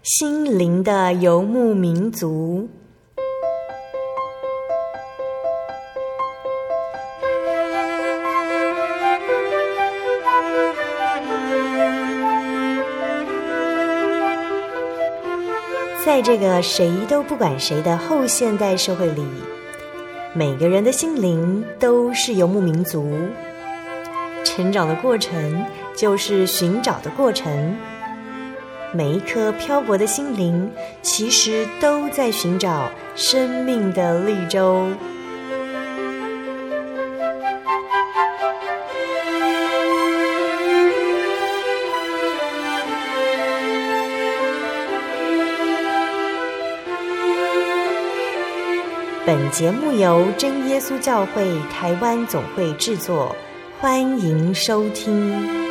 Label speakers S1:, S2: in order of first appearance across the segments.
S1: 心灵的游牧民族。在这个谁都不管谁的后现代社会里，每个人的心灵都是游牧民族。成长的过程就是寻找的过程，每一颗漂泊的心灵其实都在寻找生命的绿洲。本节目由真耶稣教会台湾总会制作，欢迎收听。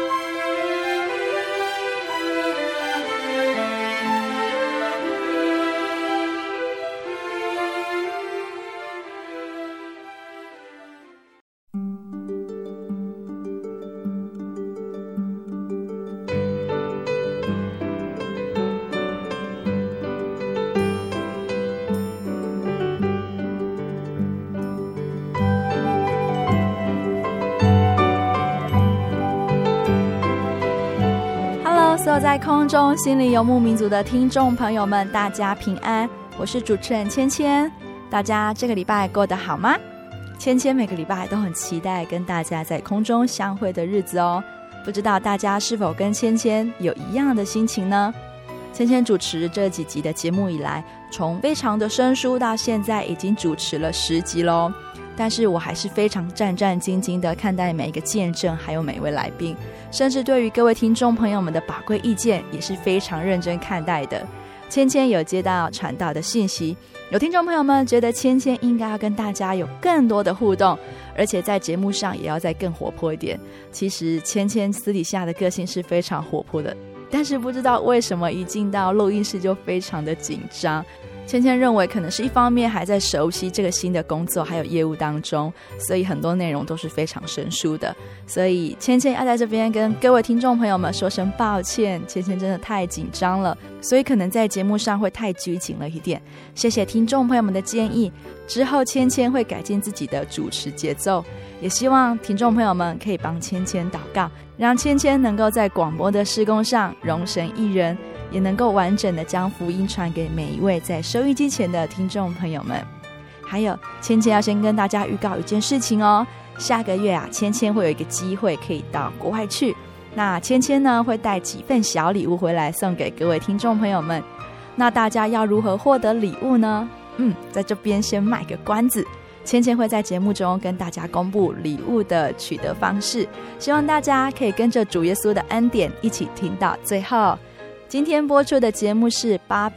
S2: 所有在空中心灵游牧民族的听众朋友们，大家平安，我是主持人芊芊。大家这个礼拜过得好吗？芊芊每个礼拜都很期待跟大家在空中相会的日子哦。不知道大家是否跟芊芊有一样的心情呢？芊芊主持这几集的节目以来，从非常的生疏到现在已经主持了10集咯，但是我还是非常战战兢兢的看待每一个见证还有每一位来宾，甚至对于各位听众朋友们的宝贵意见也是非常认真看待的。芊芊有接到传道的信息，有听众朋友们觉得芊芊应该要跟大家有更多的互动，而且在节目上也要再更活泼一点。其实芊芊私底下的个性是非常活泼的，但是不知道为什么一进到录音室就非常的紧张。芊芊认为可能是一方面还在熟悉这个新的工作还有业务当中，所以很多内容都是非常生疏的，所以芊芊要在这边跟各位听众朋友们说声抱歉，芊芊真的太紧张了，所以可能在节目上会太拘谨了一点，谢谢听众朋友们的建议，之后芊芊会改进自己的主持节奏，也希望听众朋友们可以帮芊芊祷告，让芊芊能够在广播的事工上荣神益人，也能够完整的将福音传给每一位在收音机前的听众朋友们。还有芊芊要先跟大家预告一件事情哦，下个月芊芊会有一个机会可以到国外去，那芊芊呢会带几份小礼物回来送给各位听众朋友们。那大家要如何获得礼物呢？在这边先卖个关子，芊芊会在节目中跟大家公布礼物的取得方式，希望大家可以跟着主耶稣的恩典一起听到最后。今天播出的节目是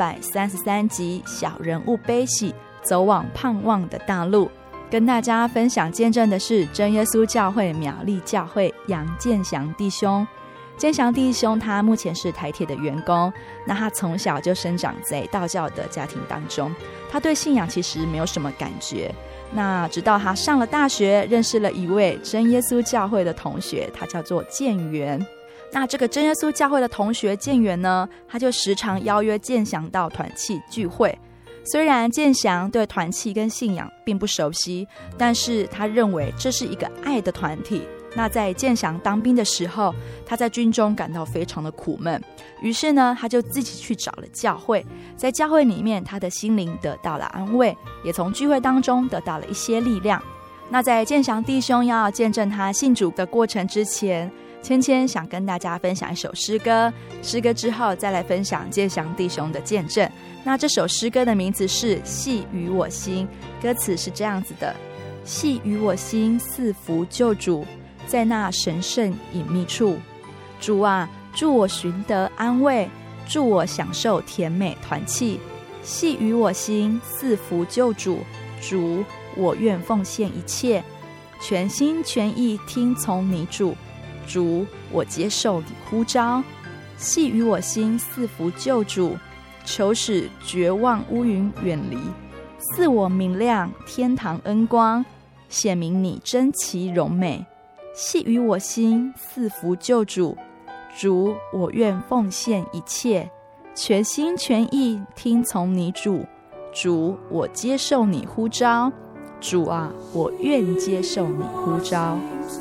S2: 833集小人物悲喜，走往盼望的大路。跟大家分享见证的是真耶稣教会苗栗教会杨建祥弟兄。建祥弟兄他目前是台铁的员工，那他从小就生长在道教的家庭当中，他对信仰其实没有什么感觉，那直到他上了大学，认识了一位真耶稣教会的同学，他叫做建元。那这个真耶稣教会的同学建元呢，他就时常邀约建祥到团契聚会。虽然建祥对团契跟信仰并不熟悉，但是他认为这是一个爱的团体。那在建祥当兵的时候，他在军中感到非常的苦闷，于是呢他就自己去找了教会，在教会里面他的心灵得到了安慰，也从聚会当中得到了一些力量。那在建祥弟兄要见证他信主的过程之前，芊芊想跟大家分享一首诗歌，诗歌之后再来分享建祥弟兄的见证。那这首诗歌的名字是系于我心，歌词是这样子的：系于我心赐福救主，在那神圣隐秘处，主啊，助我寻得安慰，助我享受甜美团契。系于我心赐福救主，主，我愿奉献一切，全心全意听从你主，主，我接受你呼召。系于我心赐福救主，求使绝望乌云远离，赐我明亮天堂恩光，显明你真奇荣美。系于我心赐福救主，主，我愿奉献一切， 全心全意听从你主。主，我接受你呼召。主啊，我愿接受你呼召。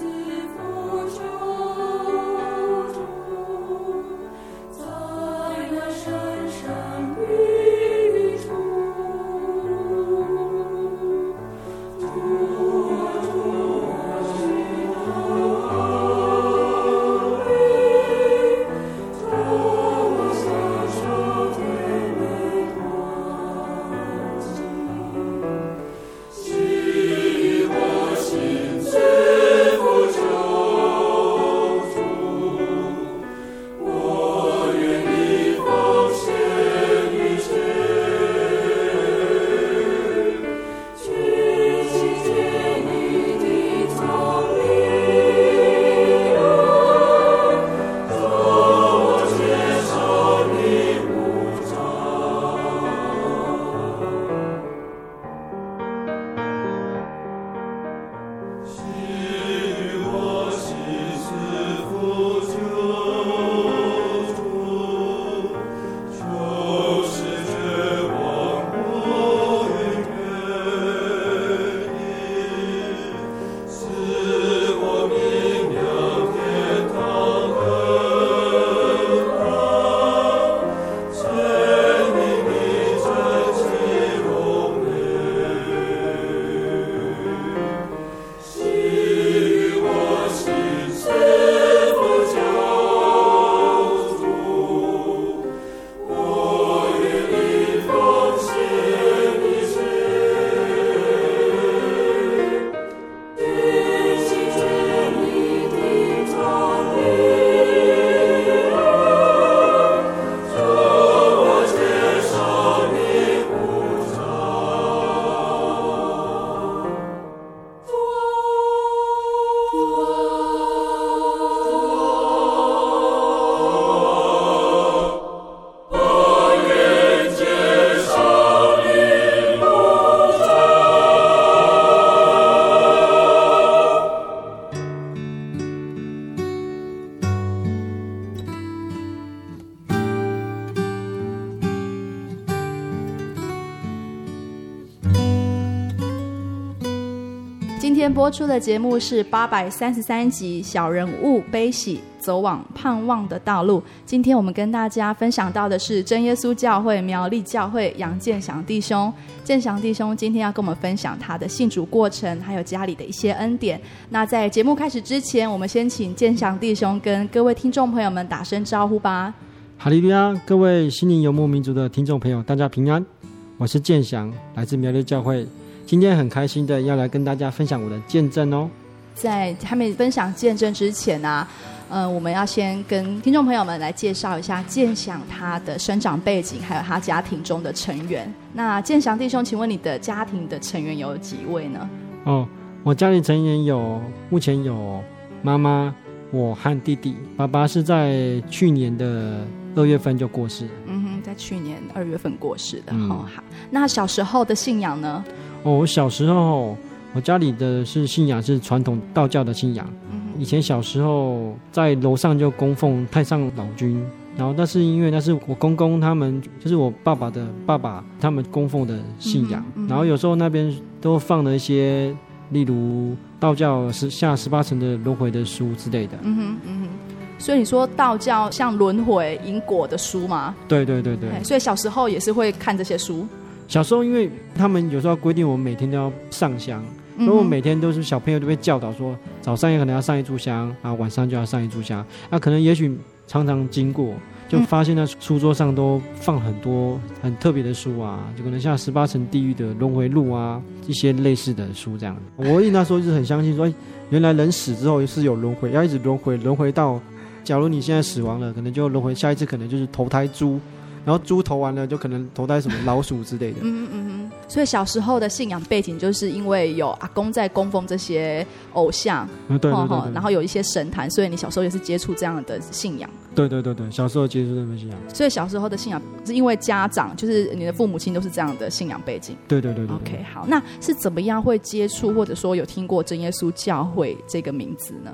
S2: 今天播出的节目是833集《小人物悲喜，走往盼望的道路》。今天我们跟大家分享到的是真耶稣教会苗栗教会杨建祥弟兄。建祥弟兄今天要跟我们分享他的信主过程，还有家里的一些恩典。那在节目开始之前，我们先请建祥弟兄跟各位听众朋友们打声招呼吧。
S3: 哈利路亚，各位心灵游牧民族的听众朋友，大家平安，我是建祥，来自苗栗教会。今天很开心的要来跟大家分享我的见证哦。
S2: 在还没分享见证之前啊，我们要先跟听众朋友们来介绍一下建祥他的生长背景，还有他家庭中的成员。那建祥弟兄，请问你的家庭的成员有几位呢？
S3: 我家里成员目前有妈妈，我和弟弟。爸爸是在去年的2月份就过世。
S2: 在去年2月份过世的。好，那小时候的信仰呢？
S3: 我小时候，我家里的信仰是传统道教的信仰。以前小时候在楼上就供奉太上老君，然后但是因为那是我公公他们，就是我爸爸的爸爸他们供奉的信仰，然后有时候那边都放了一些，例如道教下18层的轮回的书之类的。
S2: 所以你说道教像轮回因果的书吗？
S3: 对，
S2: 所以小时候也是会看这些书。
S3: 小时候因为他们有时候规定我们每天都要上香，所以我每天都是小朋友都被教导说，早上也可能要上一炷香，然后晚上就要上一炷香。可能也许常常经过，就发现那书桌上都放很多很特别的书啊，就可能像18层地狱的轮回录啊，一些类似的书这样。我那时候就是很相信说，原来人死之后是有轮回，要一直轮回到，假如你现在死亡了，可能就轮回下一次可能就是投胎猪，然后猪投完了就可能投胎什么老鼠之类的。
S2: 所以小时候的信仰背景就是因为有阿公在供奉这些偶像，
S3: 对，
S2: 然后有一些神坛，所以你小时候也是接触这样的信仰。
S3: 对，小时候接触这样的信仰。
S2: 所以小时候的信仰是因为家长，就是你的父母亲都是这样的信仰背景。
S3: 对。
S2: OK， 好，那是怎么样会接触或者说有听过真耶稣教会这个名字呢？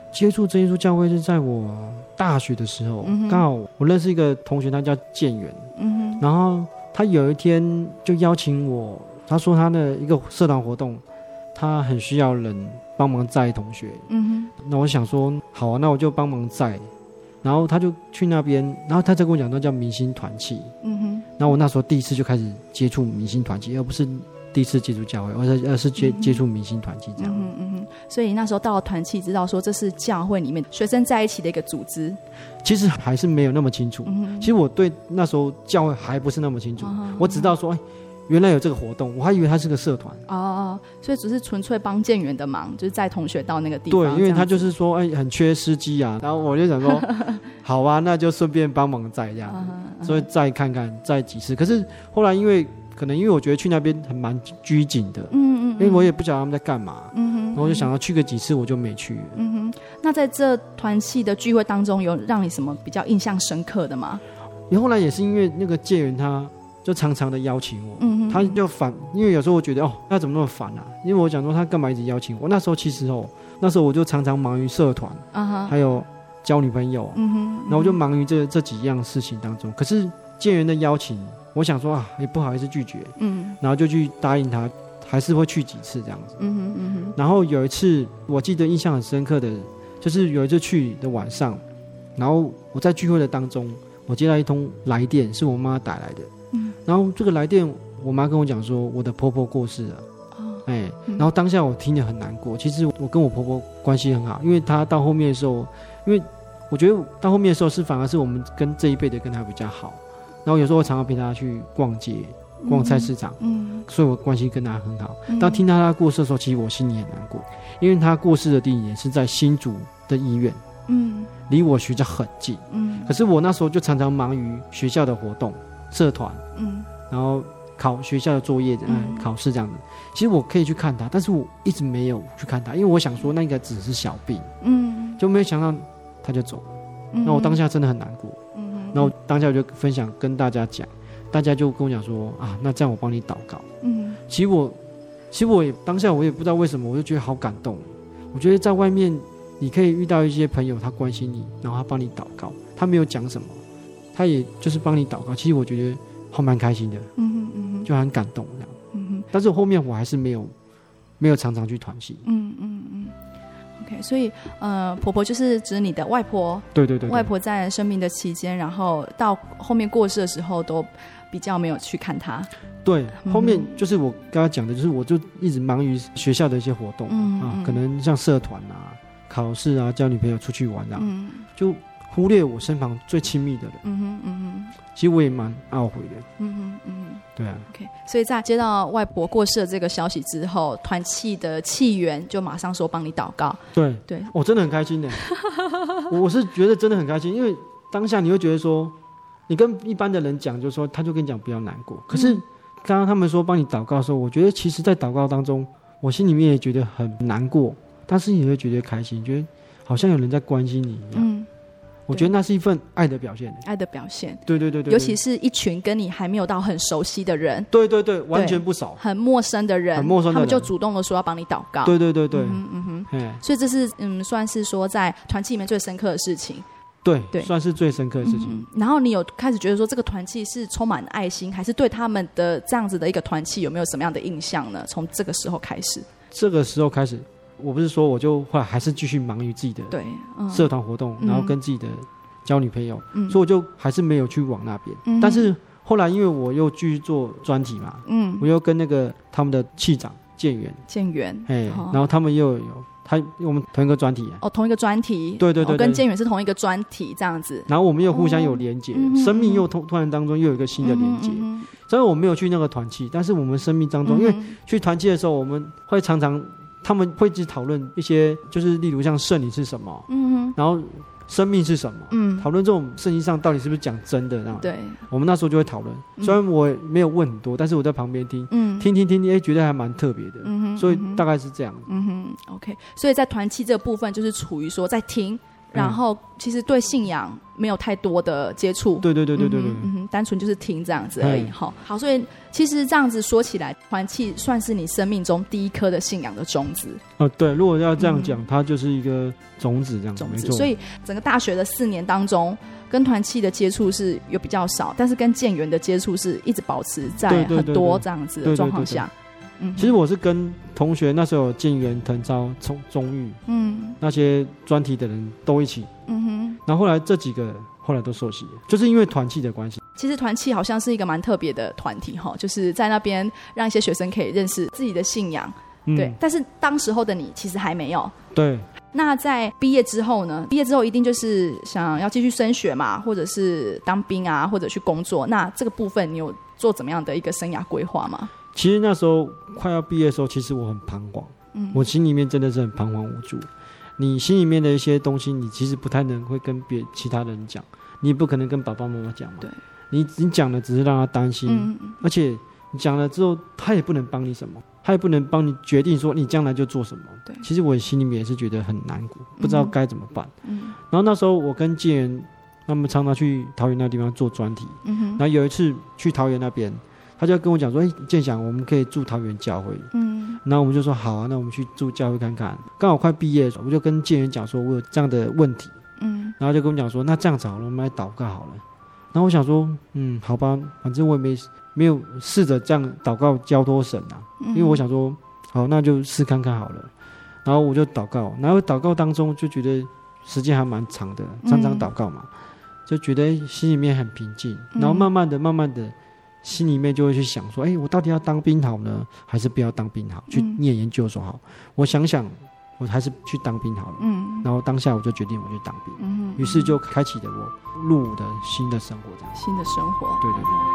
S3: 接触真耶稣教会是在我大学的时候，刚好我认识一个同学，他叫建元，然后他有一天就邀请我，他说他的一个社团活动，他很需要人帮忙载同学，那我想说好啊，那我就帮忙载，然后他就去那边，然后他再跟我讲那叫明星团契，然后我那时候第一次就开始接触明星团契，而不是第一次接触教会，而是接触明星团契这样。
S2: 所以那时候到了团契，知道说这是教会里面学生在一起的一个组织。
S3: 其实还是没有那么清楚。其实我对那时候教会还不是那么清楚，我只知道说，原来有这个活动，我还以为它是个社团。
S2: 所以只是纯粹帮建元的忙，就是载同学到那个地方。
S3: 对，因为他就是说，很缺司机啊，然后我就想说，好啊，那就顺便帮忙载这样，所以再看看，再几次。可是后来因为我觉得去那边很蛮拘谨的，因为我也不晓得他们在干嘛，然后我就想要去个几次，我就没去。
S2: 那在这团契的聚会当中，有让你什么比较印象深刻的吗？
S3: 后来也是因为那个建元他就常常的邀请我，他就烦，因为有时候我觉得他怎么那么烦啊？因为我想说他干嘛一直邀请我？那时候其实那时候我就常常忙于社团，还有交女朋友，然后我就忙于这几样事情当中。可是建元的邀请，我想说也不好意思拒绝，然后就去答应他，还是会去几次这样子。然后有一次我记得印象很深刻的，就是有一次去的晚上，然后我在聚会的当中，我接到一通来电，是我妈打来的。然后这个来电，我妈跟我讲说我的婆婆过世了。然后当下我听得很难过。其实我跟我婆婆关系很好，因为她到后面的时候，因为我觉得到后面的时候反而是我们跟这一辈的跟她比较好。然后有时候我常常陪她去逛街、逛菜市场，所以我关系跟她很好。当听到她过世的时候，其实我心里很难过，因为她过世的地点是在新竹的医院，离我学校很近。可是我那时候就常常忙于学校的活动、社团，然后考学校的作业、考试这样子。其实我可以去看她，但是我一直没有去看她，因为我想说那个只是小病，就没有想到她就走了。那我当下真的很难过。然后当下我就分享跟大家讲，大家就跟我讲说那这样我帮你祷告。其实我也当下我也不知道为什么，我就觉得好感动。我觉得在外面你可以遇到一些朋友，他关心你，然后他帮你祷告，他没有讲什么，他也就是帮你祷告。其实我觉得还蛮开心的，就很感动这样。但是后面我还是没有常常去团契。
S2: OK， 所以婆婆就是指你的外婆。对，外婆在生命的期间，然后到后面过世的时候，都比较没有去看她。对，
S3: 后面就是我刚刚讲的，就是我就一直忙于学校的一些活动，可能像社团啊、考试啊、交女朋友出去玩啊，就忽略我身旁最亲密的人。其实我也蛮懊悔的。对啊。
S2: OK， 所以在接到外婆过世的这个消息之后，团契的契员就马上说帮你祷告。对，
S3: 我真的很开心的。我是觉得真的很开心，因为当下你会觉得说，你跟一般的人讲，就是说他就跟你讲不要难过。可是刚刚他们说帮你祷告的时候，我觉得其实在祷告当中，我心里面也觉得很难过，但是你会觉得开心，觉得好像有人在关心你一样。我觉得那是一份爱的表现。
S2: 爱的表现。
S3: 对，
S2: 尤其是一群跟你还没有到很熟悉的人。
S3: 对，完全不熟。
S2: 很陌生的人。他们就主动的说要帮你祷告。
S3: 对。
S2: 所以这是算是说在团契里面最深刻的事情。
S3: 对，算是最深刻的事情。
S2: 然后你有开始觉得说这个团契是充满爱心，还是对他们的这样子的一个团契有没有什么样的印象呢？从这个时候开始。
S3: 这个时候开始，我不是说我就后来还是继续忙于自己的社团活动，然后跟自己的交女朋友，所以我就还是没有去往那边。但是后来因为我又继续做专题嘛，我又跟那个他们的气长建元，然后他们又有我们同一个专题
S2: 同一个专题。
S3: 对，
S2: 跟建元是同一个专题这样子。
S3: 然后我们又互相有连结，生命又突然当中又有一个新的连结。虽然我没有去那个团契，但是我们生命当中，因为去团契的时候，我们会常常他们会一直讨论一些，就是例如像圣灵是什么，然后生命是什么，讨论这种圣经上到底是不是讲真的。对，我们那时候就会讨论。虽然我没有问很多，但是我在旁边听，觉得还蛮特别的。所以大概是这样。OK，
S2: 所以在团契这个部分，就是处于说在听，然后其实对信仰没有太多的接触，
S3: 对，
S2: 单纯就是听这样子而已。好，所以其实这样子说起来，团契算是你生命中第一颗的信仰的种子。
S3: 对，如果要这样讲，它就是一个种子这样子，没错。
S2: 所以整个大学的4年当中，跟团契的接触是有比较少，但是跟建员的接触是一直保持在很多这样子的状况下。
S3: 其实我是跟同学那时候有建员、滕超、钟玉，那些专题的人都一起，然后后来这几个后来都受洗了，就是因为团契的关系。
S2: 其实团契好像是一个蛮特别的团体，就是在那边让一些学生可以认识自己的信仰，对。但是当时候的你其实还没有，
S3: 对。
S2: 那在毕业之后呢？毕业之后一定就是想要继续升学嘛，或者是当兵啊，或者去工作。那这个部分你有做怎么样的一个生涯规划吗？
S3: 其实那时候快要毕业的时候，其实我很彷徨，我心里面真的是很彷徨无助。你心里面的一些东西，你其实不太能会跟其他人讲，你也不可能跟爸爸妈妈讲嘛。对，你讲了只是让他担心，而且你讲了之后，他也不能帮你什么，他也不能帮你决定说你将来就做什么。对，其实我心里面也是觉得很难过，不知道该怎么办。然后那时候我跟建员他们常常去桃园那地方做专题，然后有一次去桃园那边。他就跟我讲说：“建祥，我们可以住桃园教会。”然后我们就说：“好啊，那我们去住教会看看。”刚好快毕业的时候，我就跟建员讲说：“我有这样的问题。”然后就跟我讲说：“那这样子好了，我们来祷告好了。”然后我想说：“好吧，反正我也没有试着这样祷告交托神啊，因为我想说，好，那就试看看好了。”然后我就祷告，然后祷告当中就觉得时间还蛮长的，常常祷告嘛，就觉得心里面很平静。然后慢慢的。心里面就会去想说，我到底要当兵好呢，还是不要当兵好？去念研究所好？我想想，我还是去当兵好了。然后当下我就决定我去当兵。于是就开启了我入伍的新的生活，这样。
S2: 新的生活，
S3: 对。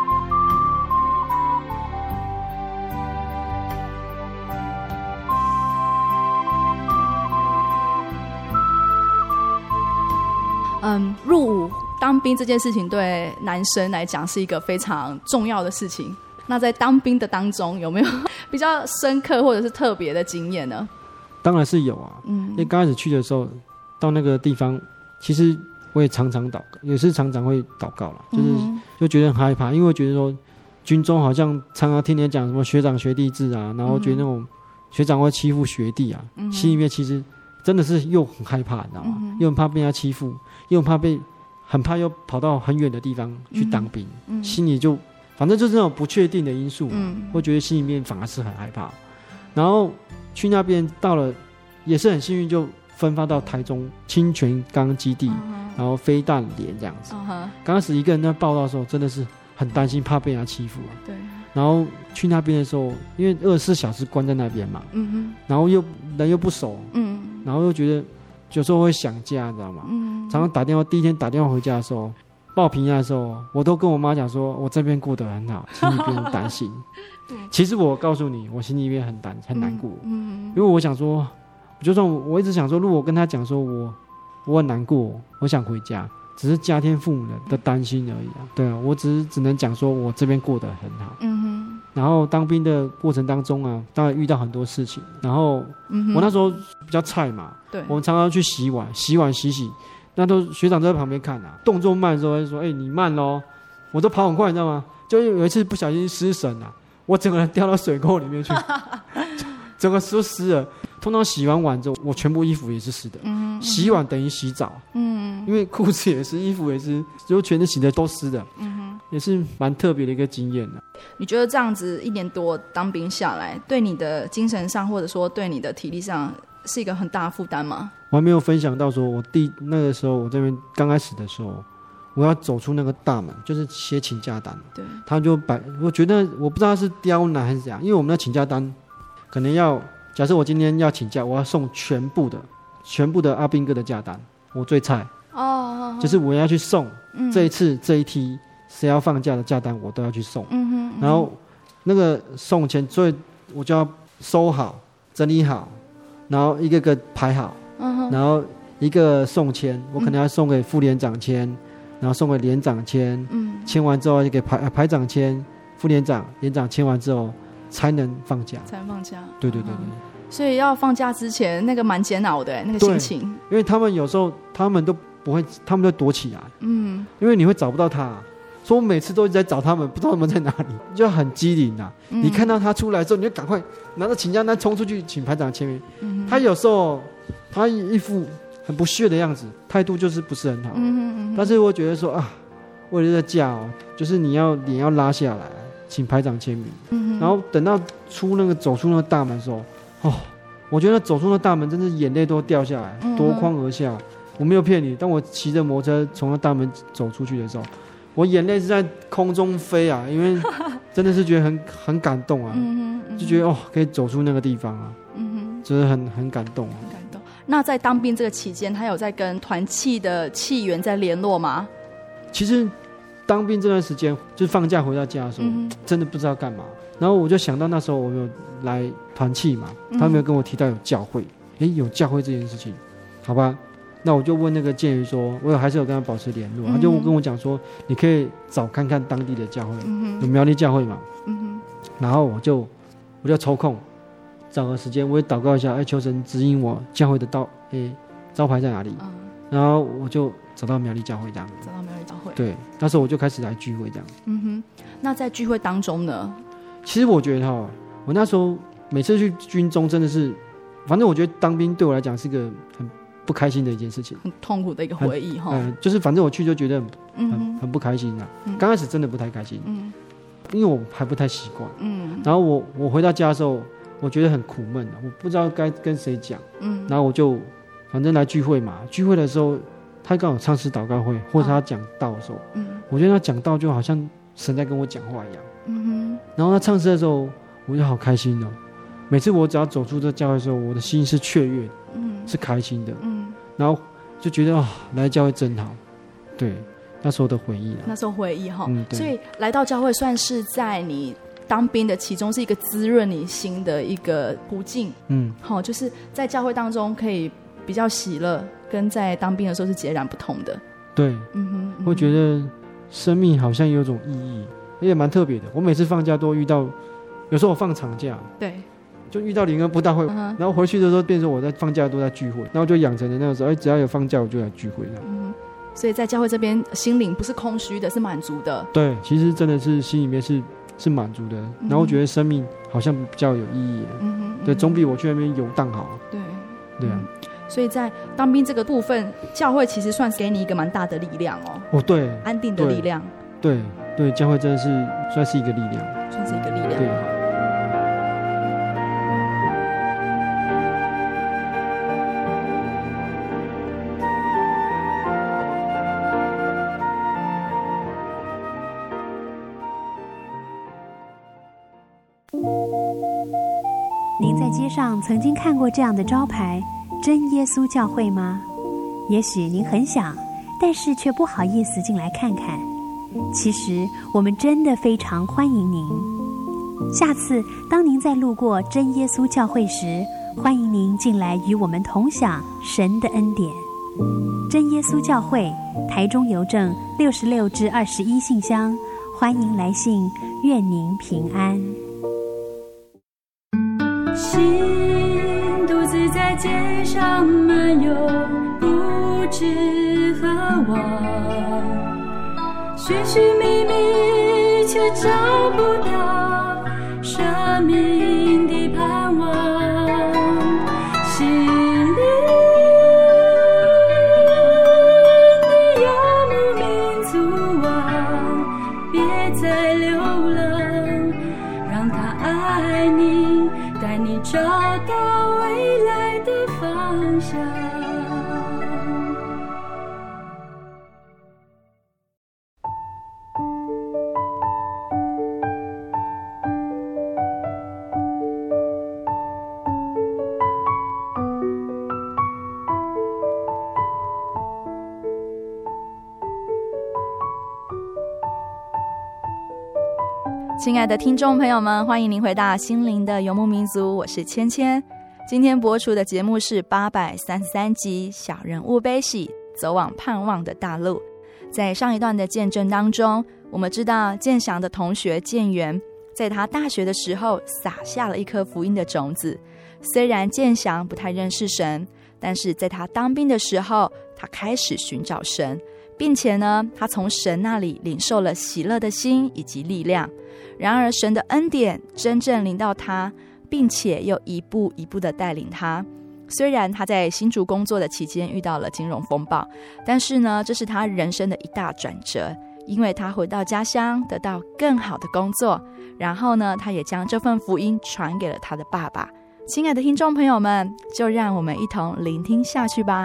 S2: 入伍当兵这件事情对男生来讲是一个非常重要的事情。那在当兵的当中，有没有比较深刻或者是特别的经验呢？
S3: 当然是有啊。因为刚开始去的时候，到那个地方，其实我也常常祷告，也是常常会祷告啦，就觉得很害怕，因为我觉得说军中好像常常听人讲什么学长学弟制啊，然后觉得那种学长会欺负学弟啊，心里面其实真的是又很害怕，你知道吗？又很怕被他欺负，又很怕又跑到很远的地方去当兵，心里就反正就是那种不确定的因素，会觉得心里面反而是很害怕。然后去那边到了，也是很幸运，就分发到台中清泉岗基地，然后飞弹连这样子。刚开始一个人在报道的时候，真的是很担心，怕被人家欺负。对。然后去那边的时候，因为24小时关在那边嘛，然后人又不熟，然后又觉得有时候会想家，你知道吗？常常打电话，第一天打电话回家的时候，报平安的时候，我都跟我妈讲说，我这边过得很好，请你不用担心。其实我告诉你，我心里面很难过，因为我想说，就算我一直想说，如果我跟他讲说我很难过，我想回家，只是家天父母的担心而已啊。对啊，我只能讲说我这边过得很好。然后当兵的过程当中啊，当然遇到很多事情。然后我那时候比较菜嘛，对，我们常常去洗碗，那都学长都在旁边看啊，动作慢的时候就说：“你慢咯。”我都跑很快，你知道吗？就有一次不小心失神啊，我整个人掉到水沟里面去，整个都湿了。通常洗完碗之后，我全部衣服也是湿的。洗碗等于洗澡。因为裤子也是，衣服也是，就全都洗的都湿的。也是蛮特别的一个经验的。
S2: 你觉得这样子1年多当兵下来，对你的精神上，或者说对你的体力上，是一个很大的负担吗？
S3: 我还没有分享到说，那个时候我这边刚开始的时候，我要走出那个大门，就是写请假单。对，他就我觉得我不知道是刁难还是怎样，因为我们的请假单可能要，假设我今天要请假，我要送全部的阿兵哥的假单，我最菜就是我要去送这一次这一梯谁要放假的假单，我都要去送。然后那个送前，所以我就要收好、整理好，然后一个个排好。然后一个送签，我可能要送给副连长签，然后送给连长签，签完之后就给排长签，副连长、连长签完之后才能放假。对。所
S2: 以要放假之前，那个蛮煎熬的，那个心情。
S3: 因为他们有时候他们都不会，他们都躲起来，因为你会找不到他，所以我每次都一直在找他们，不知道他们在哪里，就很机灵啊。你看到他出来之后，你就赶快拿着请假单冲出去请排长签名。他有时候他一副很不屑的样子，态度就是不是很好。但是我觉得说啊，为了这个假哦，就是你要脸要拉下来，请排长签名。然后等到走出那个大门的时候，哦，我觉得走出那大门，真是眼泪都掉下来，夺眶而下。我没有骗你，当我骑着摩托车从那大门走出去的时候，我眼泪是在空中飞啊，因为真的是觉得很感动啊，就觉得哦，可以走出那个地方啊，就是很感动啊。
S2: 很感动。那在当兵这个期间，他有在跟团契的契员在联络吗？
S3: 其实当兵这段时间，就是放假回到家的时候，真的不知道干嘛。然后我就想到那时候我有来团契嘛，他们有跟我提到有教会，有教会这件事情，好吧。那我就问那个建瑜说，我还是有跟他保持联络，他就跟我讲说，你可以找看看当地的教会，有苗栗教会嘛。然后我就抽空找个时间，我也祷告一下，求神指引我教会的招牌在哪里。然后我就找到苗栗教会这样。
S2: 找到苗栗教会。
S3: 对，那时候我就开始来聚会这样。
S2: 那在聚会当中呢？
S3: 其实我觉得我那时候每次去军中真的是，反正我觉得当兵对我来讲是个很不开心的一件事情，
S2: 很痛苦的一个回忆
S3: 就是反正我去就觉得很不开心啊。刚开始真的不太开心，因为我还不太习惯。然后我回到家的时候，我觉得很苦闷，我不知道该跟谁讲。然后我就反正来聚会嘛，聚会的时候他刚好唱诗祷告会，或者他讲道的时候，我觉得他讲道就好像神在跟我讲话一样。然后他唱诗的时候，我就好开心哦。每次我只要走出这教会的时候，我的心是雀跃的，是开心的。然后就觉得来教会真好。对，那时候的回忆。
S2: 那时候回忆所以来到教会算是在你当兵的其中是一个滋润你心的一个途径。就是在教会当中可以比较喜乐，跟在当兵的时候是截然不同的。
S3: 对，会觉得生命好像有种意义，而且蛮特别的。我每次放假都遇到，有时候我放长假，
S2: 对，
S3: 就遇到灵恩布道会，然后回去的时候变成我在放假都在聚会，然后就养成了那个时候，只要有放假我就来聚会。
S2: 所以在教会这边心灵不是空虚的，是满足的。
S3: 对，其实真的是心里面是满足的，然后我觉得生命好像比较有意义。对，总比我去那边游荡好。对啊。
S2: 所以在当兵这个部分，教会其实算是给你一个蛮大的力量
S3: 对，
S2: 安定的力量。
S3: 对，教会真的是算是一个力量，
S2: 算是一个力量。
S3: 对。
S4: 您在街上曾经看过这样的招牌“真耶稣教会”吗？也许您很想，但是却不好意思进来看看。其实我们真的非常欢迎您。下次当您在路过真耶稣教会时，欢迎您进来与我们同享神的恩典。真耶稣教会，台中邮政66-21信箱，欢迎来信，愿您平安。
S5: 心独自在街上漫游，不知何往，寻寻觅觅却找不到生命的盼望，心灵的游牧民族啊，别再流浪，让他爱你，带你找到未来的方向。
S2: 亲爱的听众朋友们，欢迎您回到心灵的游牧民族，我是芊芊。今天播出的节目是833集小人物悲喜，走往盼望的大路。在上一段的见证当中，我们知道建祥的同学建元在他大学的时候撒下了一颗福音的种子。虽然建祥不太认识神，但是在他当兵的时候， 他开始寻找神，并且呢，他从神那里领受了喜乐的心以及力量。然而神的恩典真正临到他，并且又一步一步的带领他。虽然他在新竹工作的期间遇到了金融风暴，但是呢，这是他人生的一大转折，因为他回到家乡得到更好的工作，然后呢，他也将这份福音传给了他的爸爸。亲爱的听众朋友们，就让我们一同聆听下去吧。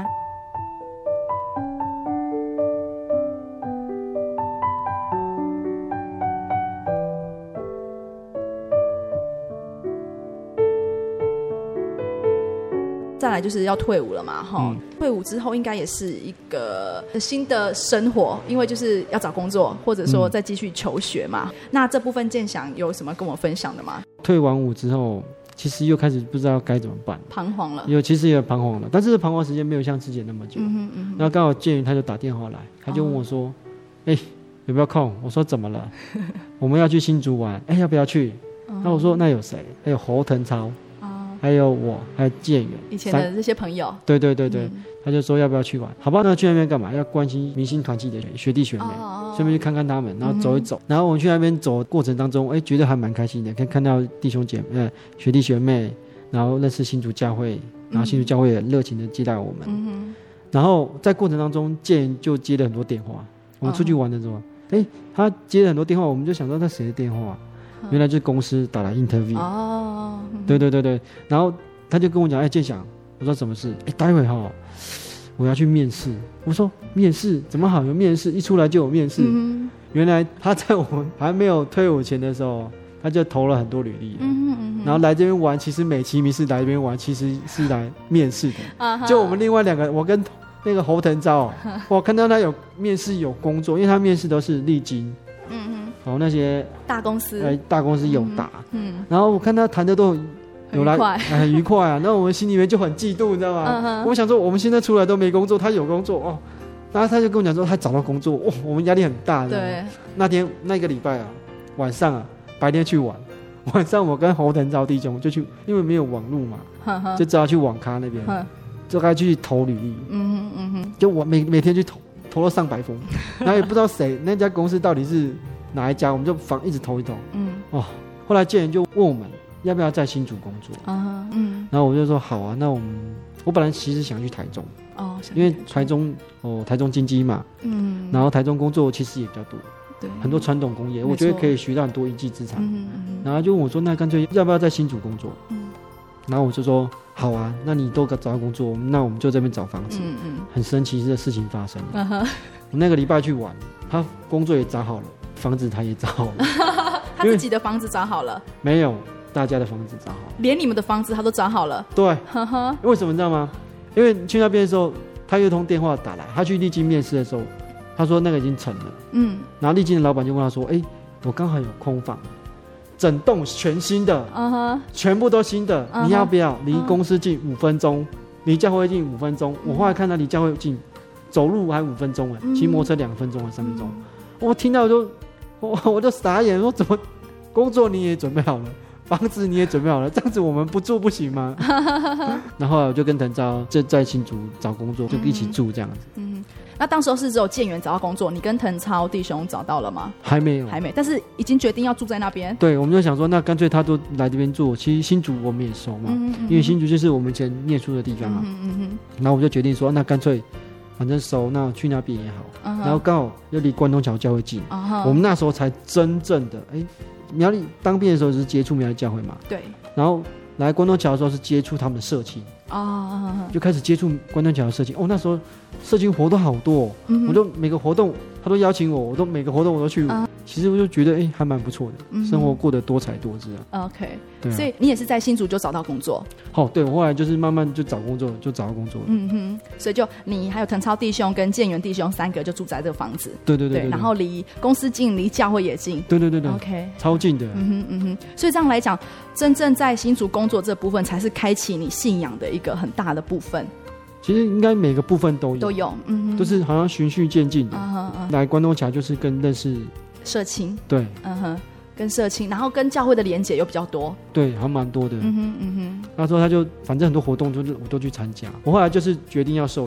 S2: 再来就是要退伍了嘛，退伍之后应该也是一个新的生活，因为就是要找工作，或者说再继续求学嘛。那这部分建祥有什么跟我分享的吗？
S3: 退完伍之后，其实又开始不知道该怎么办，
S2: 彷徨了。
S3: 其实也彷徨了，但是彷徨时间没有像之前那么久。然后刚好建宇他就打电话来，他就问我说：“有没有空？”我说：“怎么了？”我们要去新竹玩，要不要去？那我说：“那有谁？还有侯腾超。”还有我，还有建远，
S2: 以前的这些朋友，
S3: 对，他就说要不要去玩？好吧，那去那边干嘛？要关心明星团契的学弟学妹，顺便去看看他们，然后走一走。然后我们去那边走过程当中，觉得还蛮开心的，看到弟兄姐妹、学弟学妹，然后认识新竹教会，然后新竹教会也热情的接待我们。然后在过程当中，建远就接了很多电话。我们出去玩的时候，他接了很多电话，我们就想说他谁的电话？原来就是公司打来 interview。对，然后他就跟我讲，建祥，我说什么事？待会我要去面试。我说面试怎么好有面试？一出来就有面试。原来他在我们还没有退伍前的时候，他就投了很多履历。然后来这边玩，其实美其名是来这边玩，其实是来面试的。就我们另外两个，我跟那个侯腾昭，我看到他有面试有工作，因为他面试都是历经。那些
S2: 大公司
S3: 有打，然后我看他谈的都有来很愉快啊，那我们心里面就很嫉妒，你知道吗？我想说我们现在出来都没工作，他有工作然后他就跟我讲说他找到工作，我们压力很大。对，那个礼拜晚上白天去玩，晚上我跟侯腾昭弟兄就去，因为没有网路嘛，就只好去网咖那边，就该去投履历。就我每天去投了上百封，然后也不知道谁那家公司到底是哪一家，我们就一直投一投。后来建员就问我们要不要在新竹工作。然后我就说好啊，那我本来其实想去台中，因为台中经济嘛，然后台中工作其实也比较多，对，很多传统工业，我觉得可以学到很多一技之长。然后就问我说那干脆要不要在新竹工作？然后我就说好啊，那你都找到工作，那我们就这边找房子。很神奇的事情发生了。我那个礼拜去玩，他工作也找好了，房子他也找好了。
S2: 他自己的房子找好了？
S3: 没有，大家的房子找好了，
S2: 连你们的房子他都找好了。
S3: 对，为什么你知道吗？因为去那边的时候，他有一通电话打来，他去历经面试的时候，他说那个已经成了。然后历经的老板就问他说：“我刚好有空房，整栋全新的，全部都新的，你要不要？离公司近5分钟，离教会近5分钟。我后来看他离教会近，走路还5分钟，骑摩托车2分钟还3分钟。我听到我就傻眼，说怎么工作你也准备好了，房子你也准备好了，这样子我们不住不行吗？然后我就跟腾昭就在新竹找工作，就一起住这样子。
S2: 那当时候是只有建员找到工作，你跟腾超弟兄找到了吗？
S3: 还没有，
S2: 但是已经决定要住在那边。
S3: 对，我们就想说，那干脆他都来这边住。其实新竹我们也熟嘛，因为新竹就是我们以前念书的地方嘛。然后我们就决定说，那干脆反正熟，那去那边也好。然后刚好又离关东桥教会近，我们那时候才真正的苗栗当兵的时候是接触苗栗教会嘛。对。然后来关东桥的时候是接触他们的社青。就开始接触关东桥的社青。那时候社青活动好多我都每个活动他都邀请我，每个活动我都去。其实我就觉得还蛮不错的，生活过得多彩多姿啊。
S2: OK， 对所以你也是在新竹就找到工作？
S3: 对，我后来就是慢慢就找工作，就找到工作了。
S2: 所以就你还有腾超弟兄跟建元弟兄3个就住在这个房子。
S3: 对，
S2: 然后离公司近，离教会也近。
S3: 对
S2: OK，
S3: 超近的。
S2: 所以这样来讲，真正在新竹工作这部分才是开启你信仰的一个很大的部分。
S3: 其实应该每个部分都有，都是好像循序渐进的。来关东桥就是跟认识
S2: 社青，
S3: 对，
S2: 跟社青，然后跟教会的连结又比较多，
S3: 对，还蛮多的。那时候他就反正很多活动我都去参加。我后来就是决定要受洗，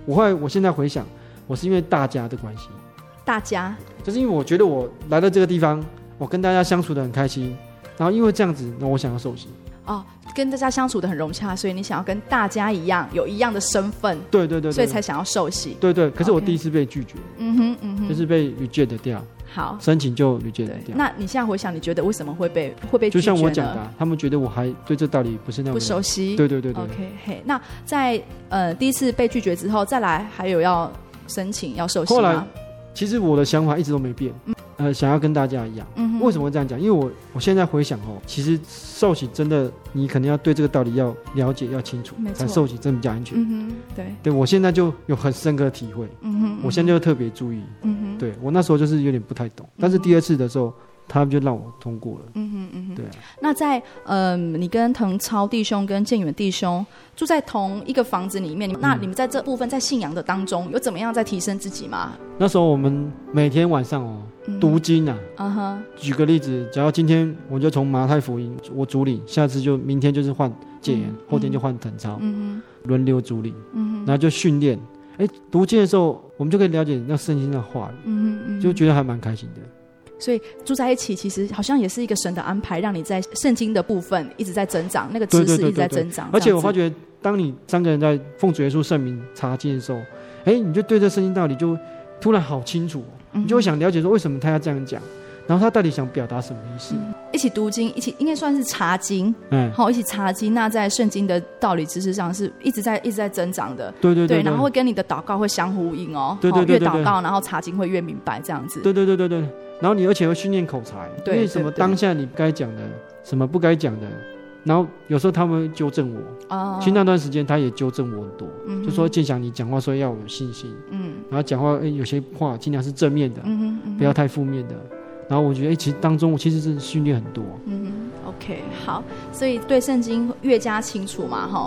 S3: 我现在回想，我是因为大家的关系，
S2: 大家
S3: 就是因为我觉得我来到这个地方，我跟大家相处的很开心，然后因为这样子，那我想要受洗。
S2: 哦，跟大家相处的很融洽，所以你想要跟大家一样，有一样的身份，
S3: 对对对，
S2: 所以才想要受洗。
S3: 对对，可是我第一次被拒绝，就是被 reject 掉。
S2: 好，
S3: 申请就 reject 掉。
S2: 那你现在回想，你觉得为什么会被拒绝呢？
S3: 就像我讲的，他们觉得我还对这道理不是那么
S2: 不熟悉。
S3: 对对对对。
S2: OK， 嘿，那在第一次被拒绝之后，再来还有要申请要受洗吗？
S3: 后来其实我的想法一直都没变。想要跟大家一样。为什么会这样讲？因为我现在回想其实受洗真的你可能要对这个道理要了解要清楚，才受洗真的比较安全。对，我现在就有很深刻的体会。我现在就特别注意。对，我那时候就是有点不太懂，但是第二次的时候他们就让我通过了。对啊。
S2: 那在你跟滕超弟兄跟建远弟兄住在同一个房子里面，那你们在这部分在信仰的当中有怎么样在提升自己吗？
S3: 那时候我们每天晚上读经啊。举个例子，假如今天我就从马太福音我主领，下次就明天就是换建远，后天就换滕超，轮流主领，然后就训练。读经的时候我们就可以了解那圣经的话语，就觉得还蛮开心的。
S2: 所以住在一起其实好像也是一个神的安排，让你在圣经的部分一直在增长，那个知识一直在增长。
S3: 而且我发觉当你3个人在奉主耶稣圣名查经的时候，你就对这圣经道理就突然好清楚，你就会想了解说为什么他要这样讲，然后他到底想表达什么意思。
S2: 一起读经，一起应该算是查经，一起查经，那在圣经的道理知识上是一直在增长的。对，然后会跟你的祷告会相呼应哦。对，越祷告然后查经会越明白这样子。对，
S3: 然后你而且会训练口才，因为什么当下你该讲的，什么不该讲的，然后有时候他们会纠正我。其实那段时间他也纠正我很多，就说建祥你讲话说要有信心，然后讲话有些话尽量是正面的，不要太负面的。然后我觉得其实当中我其实是训练很多。
S2: OK， 好，所以对圣经越加清楚嘛，哈。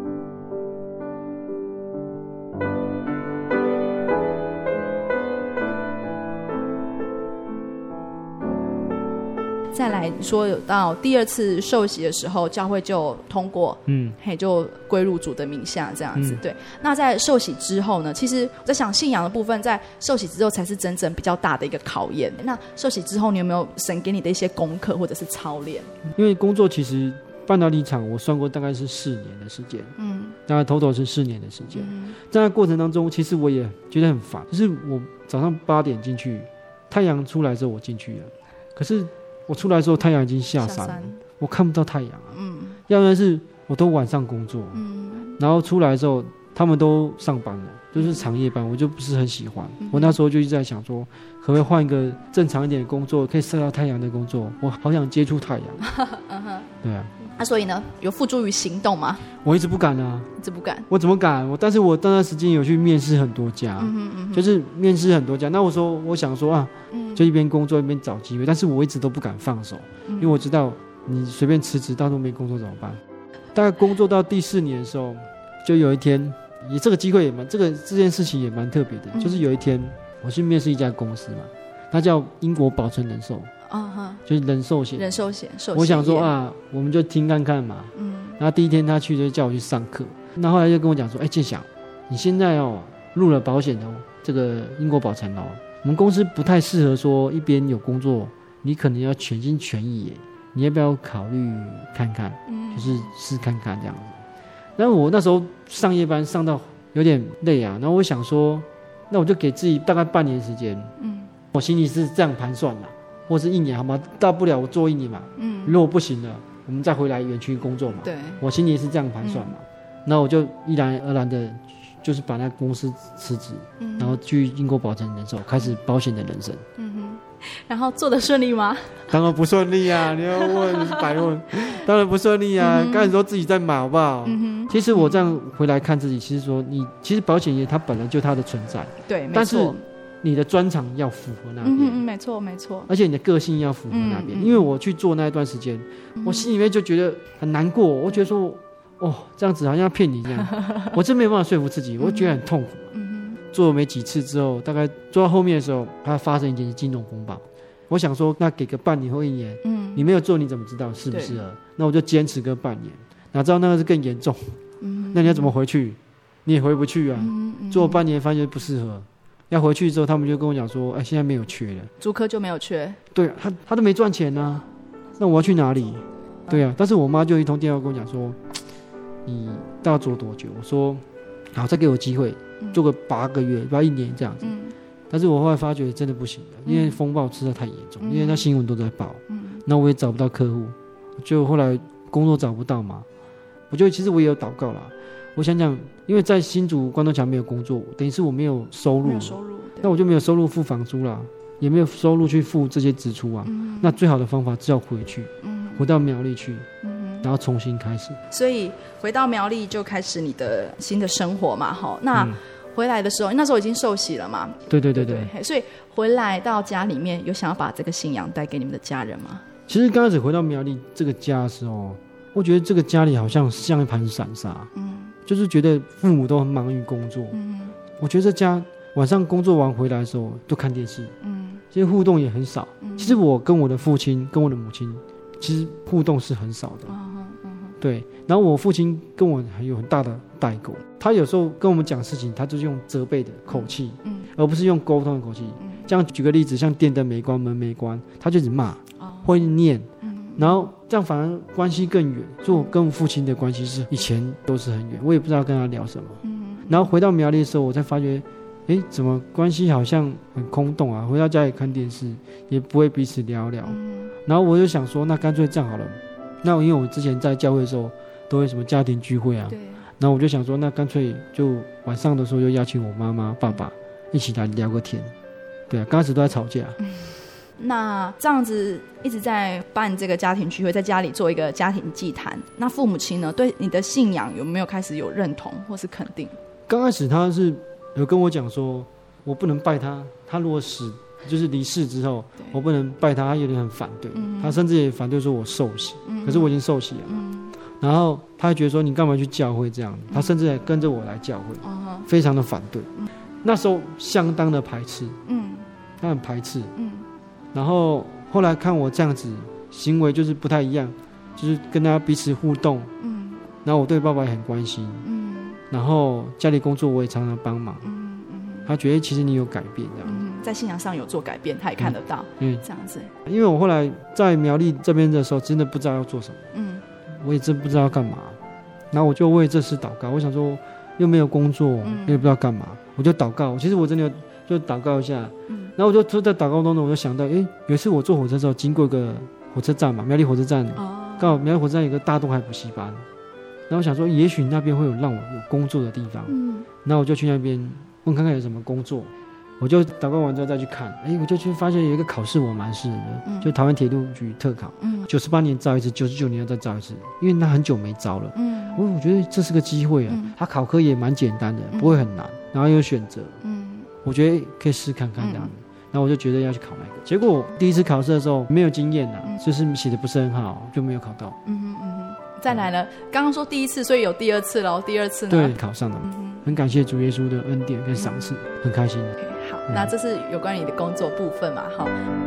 S2: 再来说，有到第二次受洗的时候，教会就通过，就归入主的名下这样子。对，那在受洗之后呢？其实我在想，信仰的部分在受洗之后才是真正比较大的一个考验。那受洗之后，你有没有神给你的一些功课或者是操练？
S3: 因为工作其实半导体厂，我算过大概是4年的时间，大概total是4年的时间。在那过程当中，其实我也觉得很烦，就是我早上8点进去，太阳出来之后我进去了，可是我出来的时候太阳已经下山了，我看不到太阳要不然是我都晚上工作，然后出来的时候他们都上班了，就是长夜班，我就不是很喜欢。我那时候就一直在想说，可不可以换一个正常一点的工作，可以晒到太阳的工作，我好想接触太阳。对啊。
S2: 所以呢，有付诸于行动吗？
S3: 我一直不敢啊。
S2: 一直不敢。
S3: 我怎么敢？但是我那段时间有去面试很多家，就是面试很多家。那我想说就一边工作一边找机会，但是我一直都不敢放手，因为我知道你随便辞职，到时候没工作怎么办？大概工作到第4年的时候，就有一天，这个机会也这件事情也蛮特别的，就是有一天我去面试一家公司嘛，它叫英国宝存人寿。就是人寿险。我想说我们就听看看嘛。然后第一天他去就叫我去上课，那后来就跟我讲说，建祥，你现在入了保险这个英国宝存我们公司不太适合说一边有工作，你可能要全心全意耶，你要不要考虑看看？就是试看看这样子。然后我那时候上夜班上到有点累啊，然后我想说，那我就给自己大概半年时间。我心里是这样盘算啦。或是1年好吗？大不了我做1年嘛。如果不行了，我们再回来园区工作嘛。对，我心里是这样盘算嘛。那我就毅然而然的，就是把那公司辞职，然后去英国宝存人寿，开始保险的人生。
S2: 然后做得顺利吗？
S3: 当然不顺利啊！你要问是白问，当然不顺利啊！刚才说自己在买好不好？其实我这样回来看自己，其实说其实保险业它本来就它的存在，
S2: 对，没错。
S3: 但是你的专长要符合那边，
S2: 没错，
S3: 而且你的个性要符合那边。因为我去做那一段时间，我心里面就觉得很难过，我觉得说，这样子好像要骗你这样，我真没有办法说服自己，我觉得很痛苦。做了没几次之后，大概做到后面的时候，它发生一件金融风暴。我想说，那给个半年或1年，你没有做，你怎么知道适不适合？那我就坚持个半年，哪知道那个是更严重。那你要怎么回去？ 你也回不去啊。做半年发现不适合，要回去之后，他们就跟我讲说，现在没有缺了，
S2: 竹科就没有缺。
S3: 对，他都没赚钱啊，那我要去哪里？对啊，但是我妈就一通电话跟我讲说，你大概做多久？我说好，再给我机会，做个8个月，不要1年这样子。但是我后来发觉真的不行了，因为风暴实在太严重，因为那新闻都在报，那我也找不到客户，就后来工作找不到嘛，我觉得其实我也有祷告啦。我想想，因为在新竹关东桥没有工作，等于是我没有收入，那我就没有收入付房租啦，也没有收入去付这些支出啊。那最好的方法只要回去，回到苗栗去，然后重新开始。
S2: 所以回到苗栗就开始你的新的生活嘛，那回来的时候，那时候已经受洗了嘛？
S3: 对，
S2: 所以回来到家里面，有想要把这个信仰带给你们的家人吗？
S3: 其实刚开始回到苗栗这个家的时候，我觉得这个家里好像一盘散沙，就是觉得父母都很忙于工作，我觉得这家晚上工作完回来的时候都看电视，其实互动也很少。其实我跟我的父亲跟我的母亲其实互动是很少的，对。然后我父亲跟我还有很大的代沟，他有时候跟我们讲事情，他就是用责备的口气，而不是用沟通的口气。这样举个例子，像电灯没关，门没关，他就一直骂，会念，然后这样反而关系更远。所以我跟我父亲的关系是以前都是很远，我也不知道跟他聊什么。然后回到苗栗的时候，我才发觉，怎么关系好像很空洞啊？回到家里看电视，也不会彼此聊聊。然后我就想说，那干脆这样好了。那因为我之前在教会的时候，都会什么家庭聚会啊，然后我就想说，那干脆就晚上的时候就邀请我妈妈、爸爸一起来聊个天。对啊，刚开始都在吵架。
S2: 那这样子一直在办这个家庭聚会，在家里做一个家庭祭坛。那父母亲呢，对你的信仰有没有开始有认同或是肯定？
S3: 刚开始他是有跟我讲说，我不能拜他，他如果就是离世之后，我不能拜他，他有点很反对，他甚至也反对说我受洗，可是我已经受洗了，然后他还觉得说你干嘛去教会这样，他甚至还跟着我来教会，非常的反对，那时候相当的排斥，他很排斥，然后后来看我这样子行为就是不太一样，就是跟他彼此互动，然后我对爸爸也很关心，然后家里工作我也常常帮忙，他觉得其实你有改变这样，
S2: 在信仰上有做改变，他也看得到，这样子。
S3: 因为我后来在苗栗这边的时候，真的不知道要做什么，我也真不知道要干嘛，然后我就为这事祷告，我想说又没有工作，也不知道干嘛，我就祷告。其实我真的就祷告一下，然后我就在祷告当中，我就想到，有一次我坐火车的时候经过一个火车站嘛，苗栗火车站，刚好苗栗火车站有个大东海补习班，然后我想说，也许那边会有让我有工作的地方，然后我就去那边问看看有什么工作。我就祷告完之后再去看，我就去发现有一个考试我蛮适合的，就台湾铁路局特考，98年招一次，99年要再招一次，因为那很久没招了，我觉得这是个机会啊，他考科也蛮简单的，不会很难，然后有选择，我觉得可以试看看这样子，然后我就觉得要去考那个，结果第一次考试的时候没有经验啊，就是写的不是很好，就没有考到。
S2: 再来了，刚刚说第一次，所以有第二次了，第二次呢？
S3: 对，考上了，很感谢主耶稣的恩典跟赏赐，很开心。
S2: 好，那这是有关于你的工作部分嘛？好。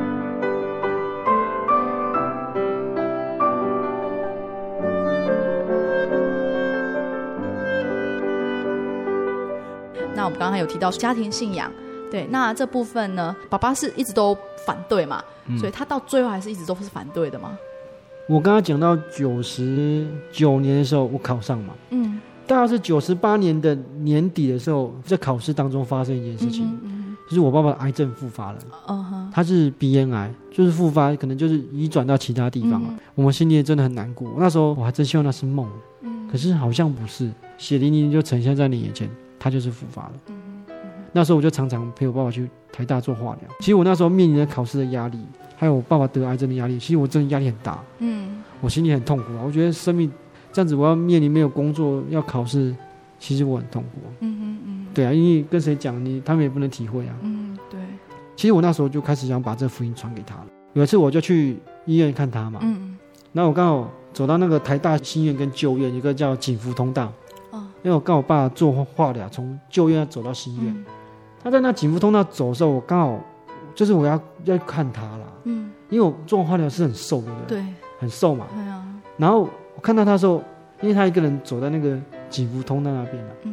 S2: 那我们刚刚有提到家庭信仰，对，那这部分呢，爸爸是一直都反对嘛，所以他到最后还是一直都是反对的吗？
S3: 我刚刚讲到99年的时候，我考上嘛，大概是98年的年底的时候，在考试当中发生一件事情，就是我爸爸的癌症复发了，他是鼻咽癌，就是复发，可能就是移转到其他地方了，我们心里真的很难过。那时候我还真希望那是梦，可是好像不是，血淋淋就呈现在你眼前，他就是复发了。那时候我就常常陪我爸爸去台大做化疗。其实我那时候面临着考试的压力，还有我爸爸得癌症的压力，其实我真的压力很大，我心里很痛苦啊。我觉得生命这样子，我要面临没有工作，要考试，其实我很痛苦。对啊，因为跟谁讲他们也不能体会啊。
S2: 对。
S3: 其实我那时候就开始想把这福音传给他了。有一次我就去医院看他嘛，然后我刚好走到那个台大新院跟旧院，有个叫景福通道，因为我跟我爸做化疗，从旧院要走到新院。他在那景福通道走的时候，我刚好就是我要看他啦，因为我做化疗是很瘦，对不对？对，很瘦嘛。对啊。然后我看到他的时候，因为他一个人走在那个景福通道那边了，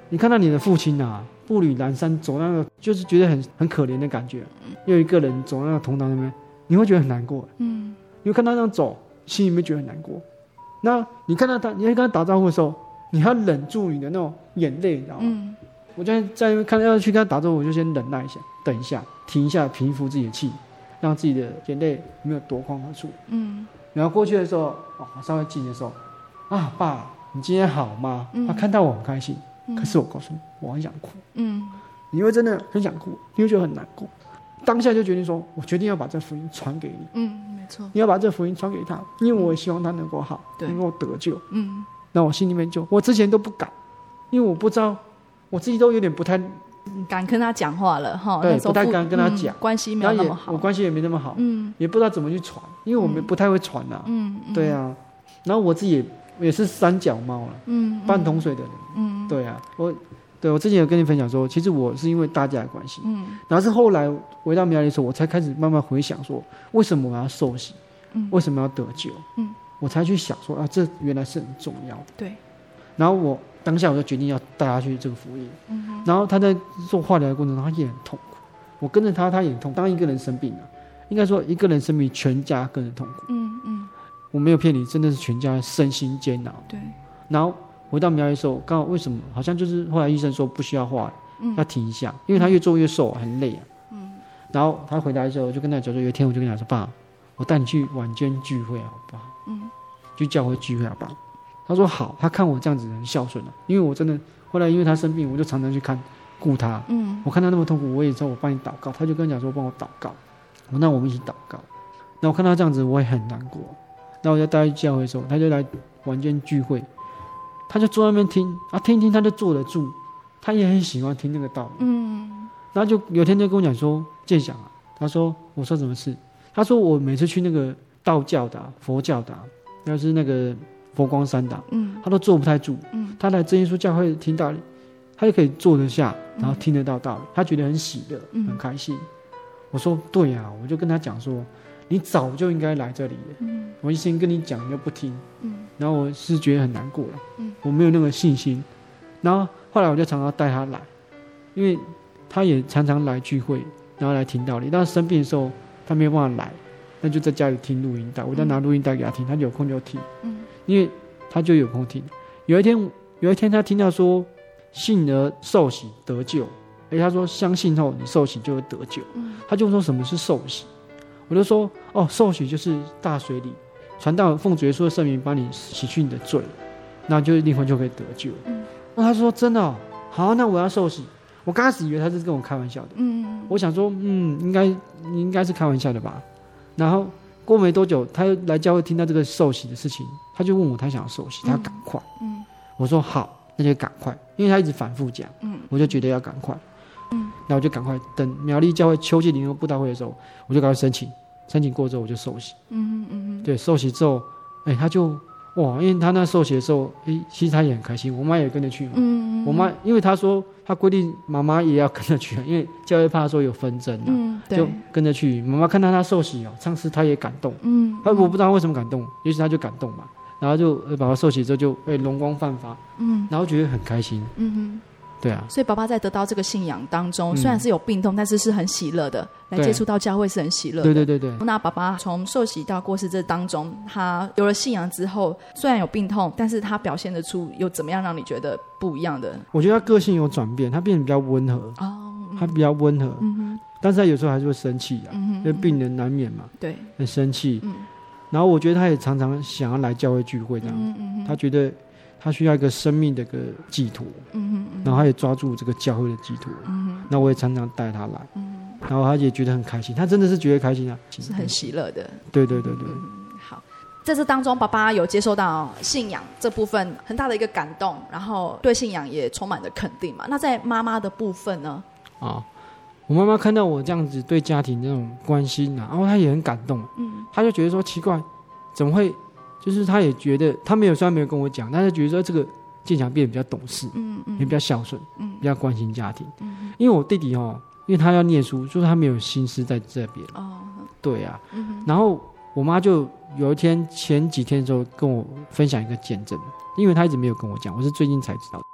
S3: 你看到你的父亲啊，步履蹒跚走那个，就是觉得很可怜的感觉。又一个人走那个通道那边，你会觉得很难过。你会看他这样走，心里面觉得很难过。那你看到他，你要跟他打招呼的时候，你还要忍住你的那种眼泪，你知道吗？我就在那边看要去跟他打招呼，我就先忍耐一下，等一下，停一下，平复自己的气，让自己的眼泪没有夺眶而出。然后过去的时候，稍微近的时候，啊，爸，你今天好吗？他看到我很开心，可是我告诉你，我很想哭。你会真的很想哭，你会觉得很难过。当下就决定说，我决定要把这福音传给你。
S2: 没错，
S3: 你要把这福音传给他，因为我也希望他能够好，能够得救。那我心里面我之前都不敢，因为我不知道，我自己都有点不太
S2: 敢跟他讲话了哈。
S3: 对，不太敢跟他讲，
S2: 关系没有那么好，
S3: 我关系也没那么好，也不知道怎么去传，因为我们不太会传啊。对啊，然后我自己也是三脚猫了，半桶水的人。对啊，我之前有跟你分享说，其实我是因为大家的关系，然后是后来回到苗栗的时候，我才开始慢慢回想说，为什么我要受洗，为什么要得救，我才去想说啊，这原来是很重要的。
S2: 对，
S3: 然后我当下我就决定要带他去这个福音，然后他在做化疗的过程中，他也很痛苦，我跟着他，他也很痛苦。当一个人生病了，应该说一个人生病，全家跟着痛苦。我没有骗你，真的是全家身心煎熬。
S2: 对，
S3: 然后回到苗栗的时候，刚好为什么好像就是后来医生说不需要化疗，要停一下，因为他越做越瘦，很累啊。然后他回来的时候，我就跟他讲说，有一天我就跟他说，爸，我带你去晚间聚会好不好？去教会聚会好不好？他说好，他看我这样子很孝顺啊，因为我真的后来因为他生病，我就常常去顾他。我看他那么痛苦，我也说我帮你祷告，他就跟我讲说帮我祷告。那我们一起祷告。那我看他这样子，我也很难过。那我就带他去教会的时候，他就来晚间聚会，他就坐在那边听啊，听一听他就坐得住，他也很喜欢听那个道理。然后就有天就跟我讲说，建祥啊，他说我说什么事？他说我每次去那个道教的、佛教的，要是那个佛光山的，他都坐不太住。他来真耶稣教会听道理，他就可以坐得下，然后听得到道理，他觉得很喜乐，很开心。我说对啊，我就跟他讲说，你早就应该来这里了。我一先跟你讲，你又不听。然后我是觉得很难过了。我没有那个信心。然后后来我就常常带他来，因为他也常常来聚会，然后来听道理。但生病的时候他没有办法来，那就在家里听录音带，我再拿录音带给他听，他有空就听。因为他就有空听。有一天他听到说信而受洗得救，他说相信后你受洗就会得救。他就说什么是受洗？我就说受洗就是大水里传道奉主耶稣的圣名帮你洗去你的罪，那就灵魂就可以得救。他说真的好，那我要受洗。我刚开始以为他是跟我开玩笑的，我想说应该是开玩笑的吧。然后过没多久，他来教会听到这个受洗的事情，他就问我他想要受洗，他赶快。我说好，那就赶快，因为他一直反复讲，我就觉得要赶快。那我就赶快等苗栗教会秋季灵修布道会的时候，我就赶快申请过之后我就受洗。对，受洗之后，他就哇，因为他那受洗的时候，其实他也很开心，我妈也跟着去嘛。我妈因为她说她规定妈妈也要跟着去，因为教会怕说有纷争就跟着去。妈妈看到他受洗唱诗，她也感动。我不知道为什么感动，也许她就感动嘛。然后就爸爸受洗之后就容光焕发，然后觉得很开心。对啊，
S2: 所以爸爸在得到这个信仰当中，虽然是有病痛，但是是很喜乐的，来接触到教会是很喜乐的。
S3: 对。
S2: 那爸爸从受洗到过世这当中，他有了信仰之后，虽然有病痛，但是他表现得出有怎么样让你觉得不一样的？
S3: 我觉得他个性有转变，他变得比较温和。他比较温和，但是他有时候还是会生气因为病人难免嘛，
S2: 对，
S3: 很生气。然后我觉得他也常常想要来教会聚会这样，他觉得他需要一个生命的一个寄托，然后他也抓住这个教会的寄托，那我也常常带他来，然后他也觉得很开心，他真的是觉得开心啊，
S2: 是很喜乐的。
S3: 对。
S2: 好，在这当中，爸爸有接受到信仰这部分很大的一个感动，然后对信仰也充满了肯定嘛。那在妈妈的部分呢？
S3: 我妈妈看到我这样子对家庭那种关心然后她也很感动，她就觉得说奇怪，怎么会？就是她也觉得，她虽然没有跟我讲，但是觉得说这个建强变得比较懂事，也比较孝顺，比较关心家庭。因为我弟弟因为他要念书，就是他没有心思在这边。对啊。然后我妈就有一天前几天的时候跟我分享一个见证，因为她一直没有跟我讲，我是最近才知道的。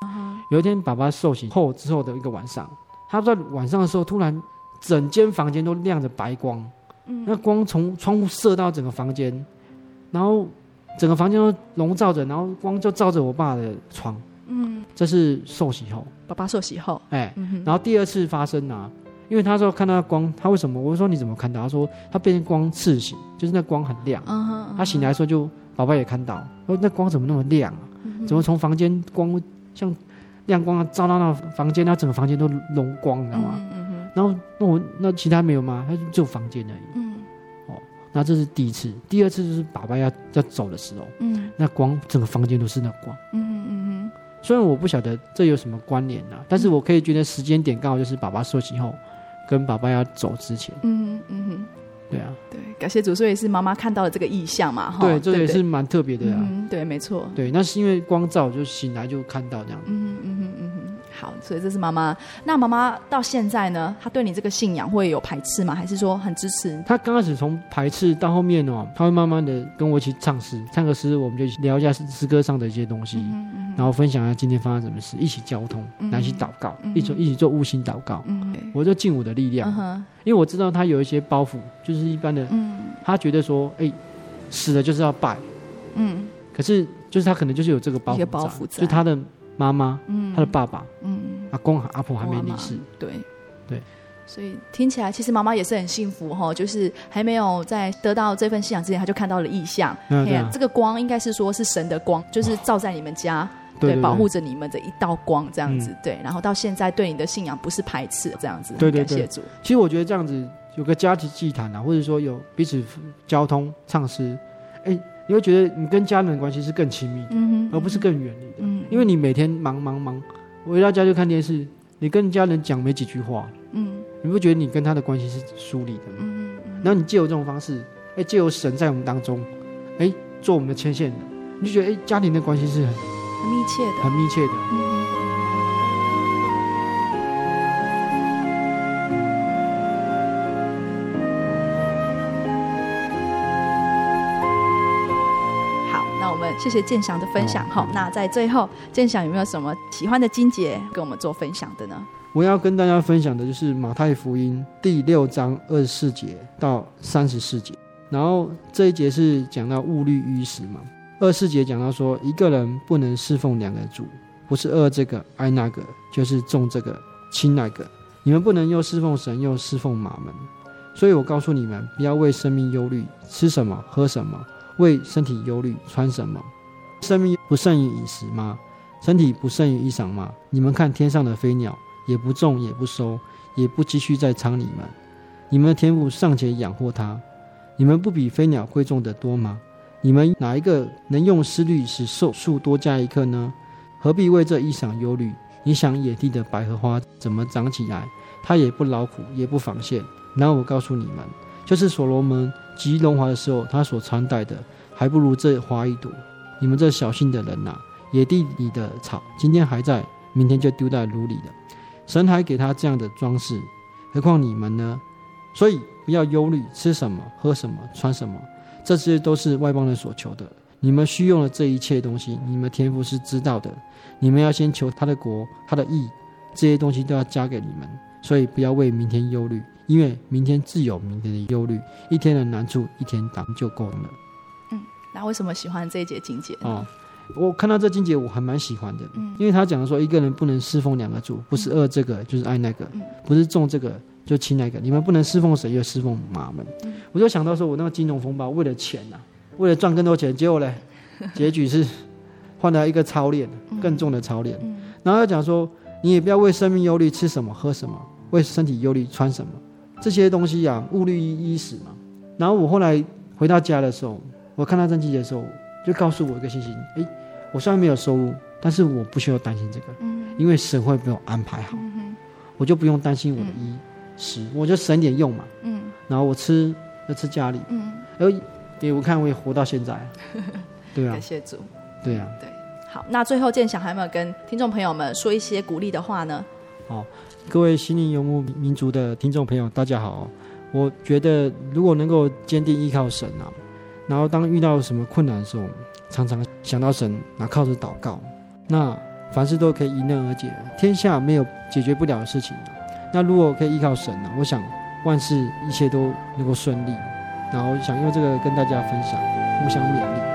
S3: 有一天爸爸受洗后之后的一个晚上，他在晚上的时候突然整间房间都亮着白光，那光从窗户射到整个房间，然后整个房间都笼罩着，然后光就照着我爸的床。这是受洗后，
S2: 爸爸受洗后，
S3: 然后第二次发生啊，因为他说看到光，他为什么？我说你怎么看到？他说他被光刺醒，就是那光很亮。他醒来的时候就爸爸也看到，说那光怎么那么亮啊？怎么从房间光像亮光照到那房间，然后整个房间都龙光，你知道吗？然后那其他没有吗？他就只有房间而已。那这是第一次，第二次就是爸爸要走的时候，那光整个房间都是那光。虽然我不晓得这有什么关联啊，但是我可以觉得时间点刚好就是爸爸受洗后，跟爸爸要走之前。对啊，
S2: 对，感谢主，所以是妈妈看到了这个异象嘛，
S3: 对，这也是蛮特别的啊。
S2: 对，没错。
S3: 对，那是因为光照，就醒来就看到这样。
S2: 好，所以这是妈妈。那妈妈到现在呢，她对你这个信仰会有排斥吗？还是说很支持？
S3: 她刚开始从排斥到后面哦，她会慢慢的跟我一起唱诗，唱个诗，我们就聊一下诗歌上的一些东西，然后分享一下今天发生什么事，一起交通，一起祷告，一起做悟性祷告。我就尽我的力量，因为我知道她有一些包袱，就是一般的，她觉得说，死了就是要拜，可是就是她可能就是有这个包袱在，就是她的妈妈，他的爸爸，阿公阿婆还没离世，
S2: 对，所以听起来其实妈妈也是很幸福哈，就是还没有在得到这份信仰之前，他就看到了异象。这个光应该是说是神的光，就是照在你们家，对，保护着你们的一道光这样子，对。然后到现在对你的信仰不是排斥这样子，
S3: 对，
S2: 感谢主。
S3: 其实我觉得这样子有个家庭祭坛啊，或者说有彼此交通唱诗，你会觉得你跟家人的关系是更亲密的，而不是更远离的。因为你每天忙，回到家就看电视，你跟家人讲没几句话，你不觉得你跟他的关系是疏离的吗？然后你借由这种方式，借由神在我们当中，做我们的牵线人，你就觉得家庭的关系是很密切的。
S2: 谢谢建祥的分享。那在最后，建祥有没有什么喜欢的经节跟我们做分享的呢？
S3: 我要跟大家分享的就是马太福音第6章24节到34节，然后这一节是讲到物律衣食嘛。24节讲到说，一个人不能侍奉2个主，不是恶这个爱那个，就是重这个轻那个。你们不能又侍奉神又侍奉马门。所以我告诉你们，不要为生命忧虑，吃什么喝什么，为身体忧虑，穿什么？生命不胜于饮食吗？身体不胜于衣裳吗？你们看天上的飞鸟，也不种也不收，也不积蓄在仓里面，你们的天父尚且养活它，你们不比飞鸟贵重得多吗？你们哪一个能用思虑使寿数多加一刻呢？何必为这衣裳忧虑？你想野地的百合花怎么长起来？它也不劳苦，也不纺线。然后我告诉你们，就是所罗门极荣华的时候，他所穿戴的还不如这花一朵。你们这小信的人啊，野地里的草今天还在，明天就丢在炉里了。神还给他这样的装饰，何况你们呢？所以不要忧虑吃什么喝什么穿什么，这些都是外邦人所求的。你们需用的这一切东西，你们天父是知道的。你们要先求他的国他的义，这些东西都要加给你们。所以不要为明天忧虑，因为明天自有明天的忧虑，一天的难处一天当就够了。
S2: 那为什么喜欢这一节经节呢？
S3: 我看到这经节我还蛮喜欢的，因为他讲说一个人不能侍奉2个主，不是恶这个就是爱那个，不是重这个就轻那个。你们不能侍奉谁又侍奉马门。我就想到说我那个金融风暴为了钱啊，为了赚更多钱，结果呢结局是换了一个操练，更重的操练。然后他讲说你也不要为生命忧虑，吃什么喝什么，为身体忧虑穿什么，这些东西啊物虑衣食嘛。然后我后来回到家的时候，我看到这经节的时候，就告诉我一个信息，我虽然没有收入，但是我不需要担心这个，因为神会被我安排好，我就不用担心我的衣食，我就省点用嘛，然后我吃就吃家里，我看我也活到现在，对啊，
S2: 感谢主，
S3: 对啊，
S2: 对，好，那最后建祥还有没有跟听众朋友们说一些鼓励的话呢？
S3: 各位心灵游牧民族的听众朋友，大家好，我觉得如果能够坚定依靠神啊，然后当遇到什么困难的时候，常常想到神，然后靠着祷告，那凡事都可以迎刃而解，天下没有解决不了的事情。那如果可以依靠神我想万事一切都能够顺利。然后想用这个跟大家分享，互相勉励。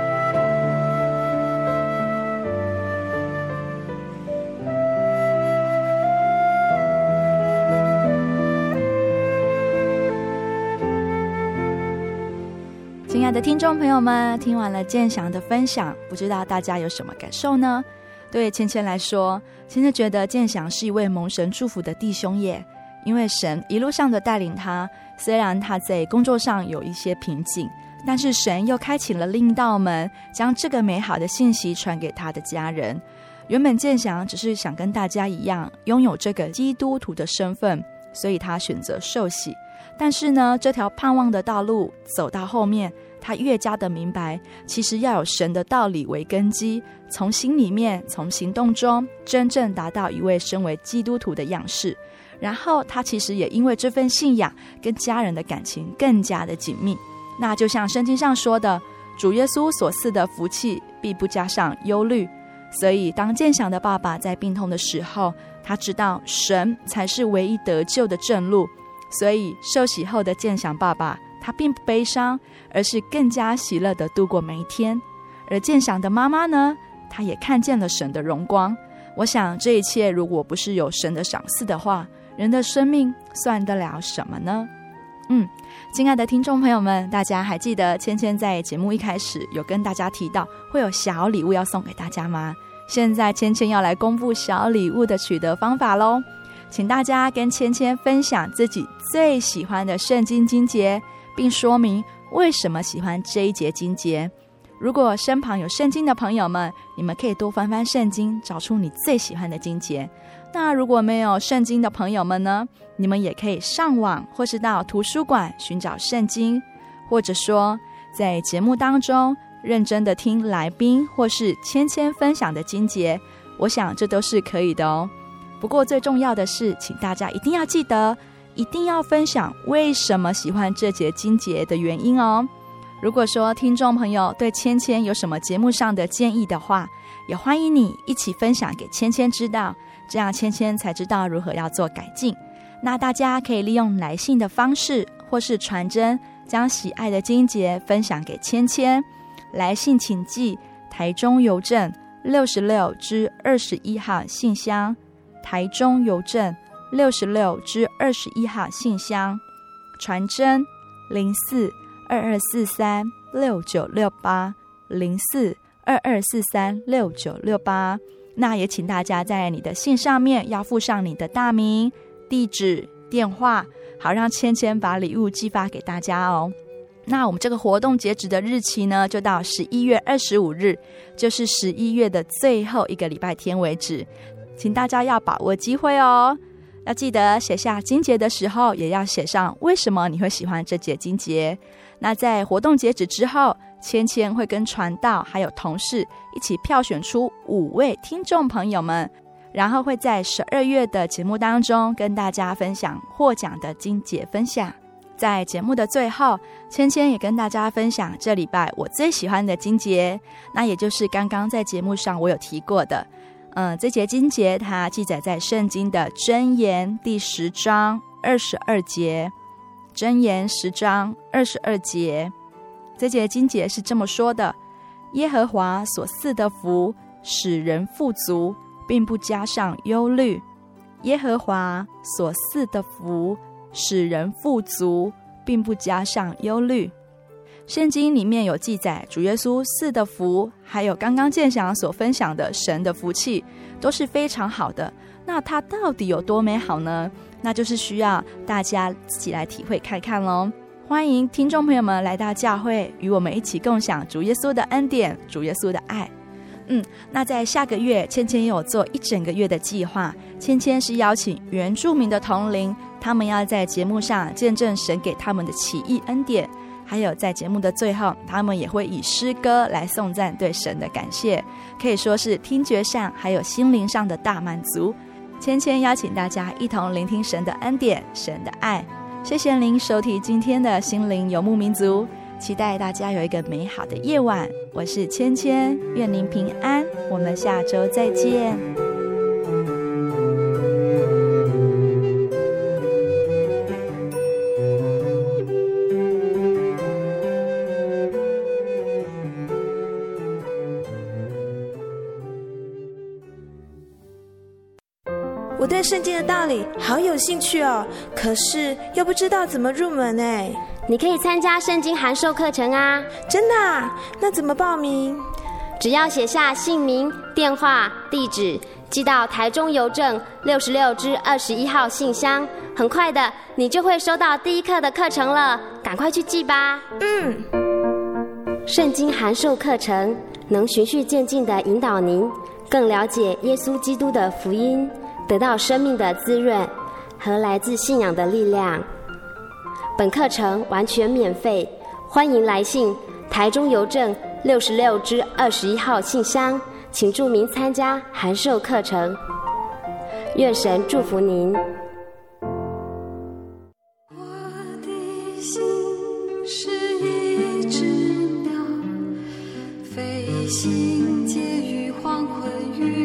S2: 亲爱的听众朋友们，听完了建祥的分享，不知道大家有什么感受呢？对芊芊来说，芊芊觉得建祥是一位蒙神祝福的弟兄耶，因为神一路上的带领他，虽然他在工作上有一些瓶颈，但是神又开启了另一道门，将这个美好的信息传给他的家人。原本建祥只是想跟大家一样拥有这个基督徒的身份，所以他选择受洗。但是呢，这条盼望的道路走到后面，他越加的明白，其实要有神的道理为根基，从心里面，从行动中真正达到一位身为基督徒的样式。然后他其实也因为这份信仰跟家人的感情更加的紧密。那就像圣经上说的，主耶稣所赐的福气必不加上忧虑。所以当建祥的爸爸在病痛的时候，他知道神才是唯一得救的正路。所以受洗后的建祥爸爸，他并不悲伤，而是更加喜乐地度过每一天。而建祥的妈妈呢，她也看见了神的荣光。我想这一切如果不是有神的赏赐的话，人的生命算得了什么呢？亲爱的听众朋友们，大家还记得芊芊在节目一开始有跟大家提到会有小礼物要送给大家吗？现在芊芊要来公布小礼物的取得方法咯，请大家跟芊芊分享自己最喜欢的圣经经节，并说明为什么喜欢这一节经节。如果身旁有圣经的朋友们，你们可以多翻翻圣经，找出你最喜欢的经节。那如果没有圣经的朋友们呢，你们也可以上网或是到图书馆寻找圣经，或者说在节目当中认真的听来宾或是芊芊分享的经节，我想这都是可以的哦。不过最重要的是，请大家一定要记得，一定要分享为什么喜欢这节经节的原因哦。如果说听众朋友对芊芊有什么节目上的建议的话，也欢迎你一起分享给芊芊知道，这样芊芊才知道如何要做改进。那大家可以利用来信的方式或是传真，将喜爱的经节分享给芊芊。来信请寄台中邮政66支21号信箱，台中邮政66支21号信箱，传真04-2243-6968 04-2243-6968。那也请大家在你的信上面要附上你的大名、地址、电话，好让芊芊把礼物寄发给大家哦。那我们这个活动截止的日期呢，就到11月25日，就是11月的最后一个礼拜天为止，请大家要把握机会哦。要记得写下经节的时候，也要写上为什么你会喜欢这节经节。那在活动截止之后，芊芊会跟传道还有同事一起票选出5位听众朋友们，然后会在12月的节目当中跟大家分享获奖的经节分享。在节目的最后，芊芊也跟大家分享这礼拜我最喜欢的经节，那也就是刚刚在节目上我有提过的这节经节它记载在圣经的箴言第10章22节，箴言10章22节，这节经节是这么说的：耶和华所赐的福使人富足，并不加上忧虑。耶和华所赐的福使人富足，并不加上忧虑。圣经里面有记载主耶稣赐的福，还有刚刚建祥所分享的神的福气，都是非常好的。那它到底有多美好呢？那就是需要大家自己来体会看看咯。欢迎听众朋友们来到教会，与我们一起共享主耶稣的恩典，主耶稣的爱。那在下个月，芊芊也有做1整个月的计划。芊芊是邀请原住民的同龄，他们要在节目上见证神给他们的奇异恩典，还有在节目的最后，他们也会以诗歌来颂赞对神的感谢，可以说是听觉上还有心灵上的大满足。芊芊邀请大家一同聆听神的恩典，神的爱。谢谢您收听今天的心灵游牧民族， 期待大家有一个美好的夜晚。我是芊芊，愿您平安，我们下周再见。
S6: 我对圣经的道理好有兴趣哦，可是又不知道怎么入门哎。
S7: 你可以参加圣经函授课程啊。
S6: 真的啊？那怎么报名？
S7: 只要写下姓名、电话、地址，寄到台中邮政66支21号信箱，很快的你就会收到第一课的课程了，赶快去寄吧。圣经函授课程能循序渐进地引导您更了解耶稣基督的福音，得到生命的滋润和来自信仰的力量。本课程完全免费，欢迎来信台中邮政66支21号信箱，请注明参加函授课程。愿神祝福您。
S5: 我的心是一只鸟，飞行介于黄昏与